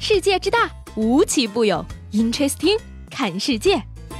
世界之大，无奇不有。Interesting， 看世界。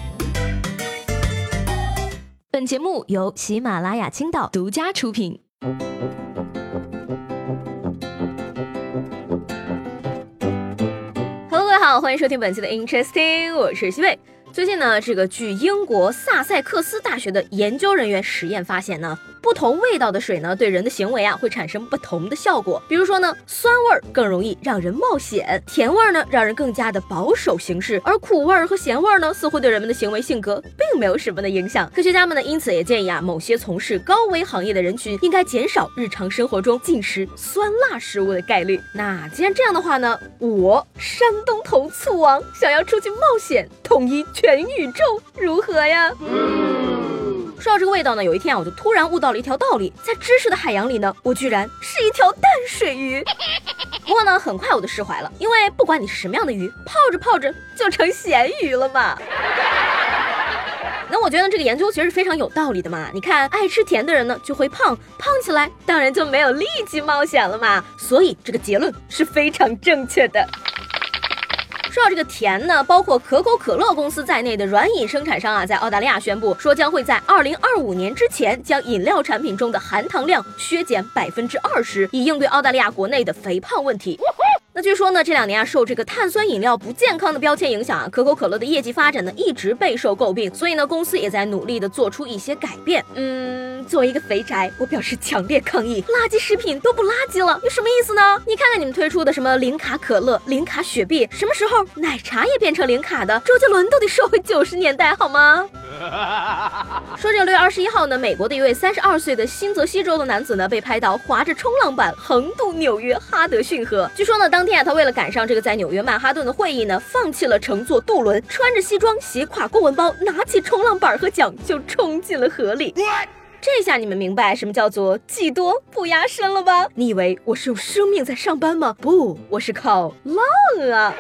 本节目由喜马拉雅青岛独家出品。Hello， 各位好，欢迎收听本期的 Interesting， 我是西贝。最近呢，这个据英国萨塞克斯大学的研究人员实验发现呢，不同味道的水呢，对人的行为会产生不同的效果。比如说呢，酸味更容易让人冒险，甜味呢让人更加的保守行事，而苦味和咸味呢，似乎对人们的行为性格并没有什么的影响。科学家们呢，因此也建议某些从事高危行业的人群应该减少日常生活中进食酸辣食物的概率。那既然这样的话呢，我山东头醋王想要出去冒险，统一全宇宙，如何呀？说到这个味道呢，有一天我就突然悟到了一条道理，在知识的海洋里呢，我居然是一条淡水鱼。不过呢，很快我就释怀了，因为不管你是什么样的鱼，泡着泡着就成咸鱼了嘛。那我觉得这个研究其实是非常有道理的嘛。你看，爱吃甜的人呢就会胖，胖起来当然就没有力气冒险了嘛。所以这个结论是非常正确的。说到这个甜呢，包括可口可乐公司在内的软饮生产商在澳大利亚宣布说，将会在2025年之前将饮料产品中的含糖量削减20%，以应对澳大利亚国内的肥胖问题。那据说呢，这2年受这个碳酸饮料不健康的标签影响可口可乐的业绩发展呢一直备受诟病，所以呢，公司也在努力的做出一些改变。作为一个肥宅，我表示强烈抗议，垃圾食品都不垃圾了，有什么意思呢？你看看你们推出的什么零卡可乐、零卡雪碧，什么时候奶茶也变成零卡的？周杰伦都得收回90年代好吗？说这个6月21号呢，美国的一位32岁的新泽西州的男子呢，被拍到划着冲浪板横渡纽约哈德逊河。据说呢，当天他为了赶上这个在纽约曼哈顿的会议呢，放弃了乘坐渡轮，穿着西装，斜挎公文包，拿起冲浪板和桨就冲进了河里。这下你们明白什么叫做技多不压身了吧？你以为我是用生命在上班吗？不，我是靠浪啊。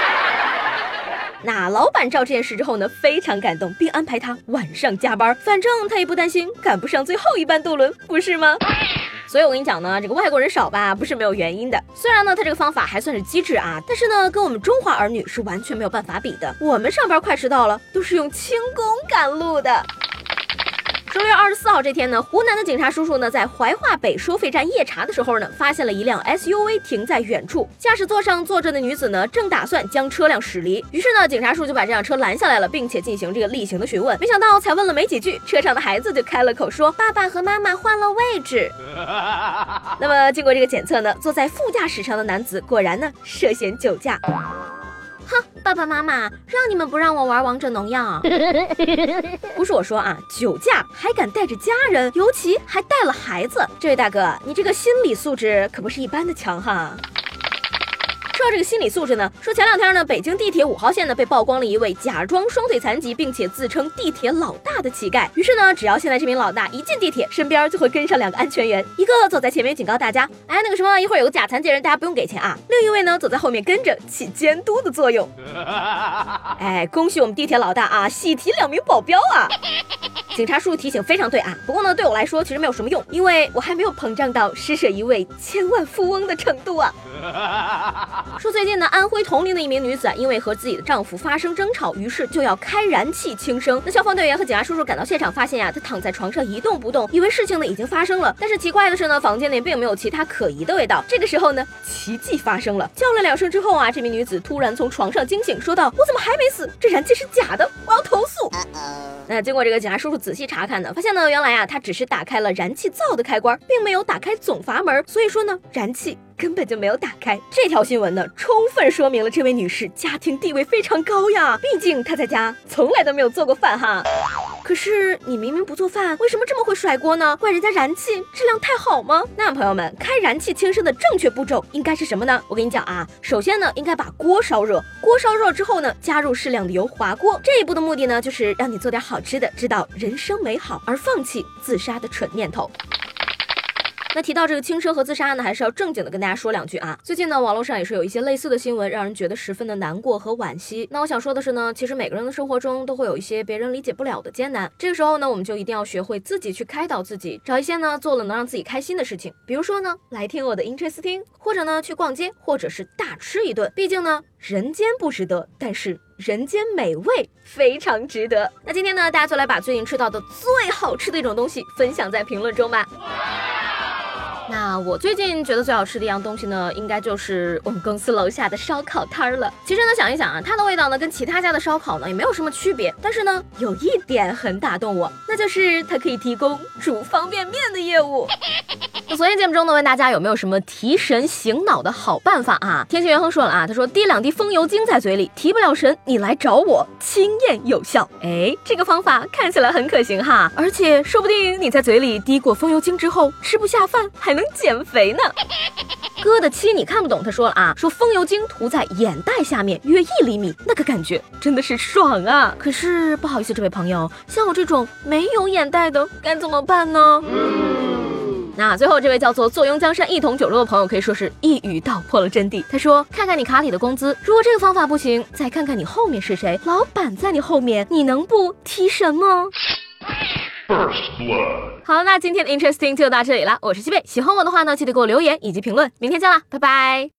那老板知道这件事之后呢，非常感动，并安排他晚上加班，反正他也不担心赶不上最后一班渡轮，不是吗？所以我跟你讲呢，这个外国人少吧，不是没有原因的。虽然呢，他这个方法还算是机智但是呢，跟我们中华儿女是完全没有办法比的。我们上班快迟到了，都是用轻功赶路的。6月24号这天呢，湖南的警察叔叔呢，在怀化北收费站夜查的时候呢，发现了一辆 SUV 停在远处，驾驶座上坐着的女子呢，正打算将车辆驶离。于是呢，警察叔就把这辆车拦下来了，并且进行这个例行的询问。没想到才问了没几句，车上的孩子就开了口说：“爸爸和妈妈换了位置。”那么经过这个检测呢，坐在副驾驶上的男子果然呢涉嫌酒驾。哼，爸爸妈妈，让你们不让我玩王者农药。不是我说酒驾还敢带着家人，尤其还带了孩子，这位大哥，你这个心理素质可不是一般的强哈。说到这个心理素质呢，说前2天呢，北京地铁5号线呢被曝光了一位假装双腿残疾，并且自称地铁老大的乞丐。于是呢，只要现在这名老大一进地铁，身边就会跟上2个安全员，一个走在前面警告大家，那个什么，一会儿有个假残疾人，大家不用给钱另一位呢走在后面跟着起监督的作用。恭喜我们地铁老大喜提2名保镖警察叔叔提醒非常对不过呢，对我来说其实没有什么用，因为我还没有膨胀到施舍一位千万富翁的程度说最近呢，安徽铜陵的一名女子因为和自己的丈夫发生争吵，于是就要开燃气轻生。那消防队员和警察叔叔赶到现场，发现她躺在床上一动不动，以为事情呢已经发生了。但是奇怪的是呢，房间内并没有其他可疑的味道。这个时候呢，奇迹发生了，叫了2声之后这名女子突然从床上惊醒，说道：“我怎么还没死？这燃气是假的，我要投诉。”那经过这个警察叔叔仔细查看呢，发现呢，原来他只是打开了燃气灶的开关，并没有打开总阀门，所以说呢，燃气根本就没有打开。这条新闻呢，充分说明了这位女士家庭地位非常高呀，毕竟她在家从来都没有做过饭可是你明明不做饭，为什么这么会甩锅呢？怪人家燃气质量太好吗？那朋友们，开燃气轻生的正确步骤应该是什么呢？我跟你讲首先呢，应该把锅烧热，锅烧热之后呢，加入适量的油滑锅。这一步的目的呢，就是让你做点好吃的，知道人生美好，而放弃自杀的蠢念头。 那提到这个轻生和自杀呢，还是要正经的跟大家说两句啊。最近呢，网络上也是有一些类似的新闻，让人觉得十分的难过和惋惜。那我想说的是呢，其实每个人的生活中都会有一些别人理解不了的艰难，这个时候呢，我们就一定要学会自己去开导自己，找一些呢做了能让自己开心的事情，比如说呢，来听我的 Interesting， 或者呢去逛街，或者是大吃一顿。毕竟呢，人间不值得，但是人间美味非常值得。那今天呢，大家就来把最近吃到的最好吃的一种东西分享在评论中吧。那我最近觉得最好吃的一样东西呢，应该就是我们公司楼下的烧烤摊了。其实呢，想一想啊，它的味道呢跟其他家的烧烤呢也没有什么区别，但是呢，有一点很打动我，那就是它可以提供煮方便面的业务。昨天节目中呢，问大家有没有什么提神醒脑的好办法啊？天气元亨说了啊，他说滴2滴风油精在嘴里，提不了神，你来找我，轻验有效。哎，这个方法看起来很可行哈，而且说不定你在嘴里滴过风油精之后，吃不下饭还能减肥呢。哥的妻你看不懂，他说了啊，说风油精涂在眼袋下面约1厘米，那个感觉真的是爽啊。可是不好意思，这位朋友，像我这种没有眼袋的该怎么办呢？那最后这位叫做坐拥江山一统九州的朋友可以说是一语道破了真谛。他说，看看你卡里的工资，如果这个方法不行，再看看你后面是谁，老板在你后面，你能不提神吗？好，那今天的 Interesting 就到这里了，我是西贝，喜欢我的话呢，记得给我留言以及评论，明天见啦，拜拜。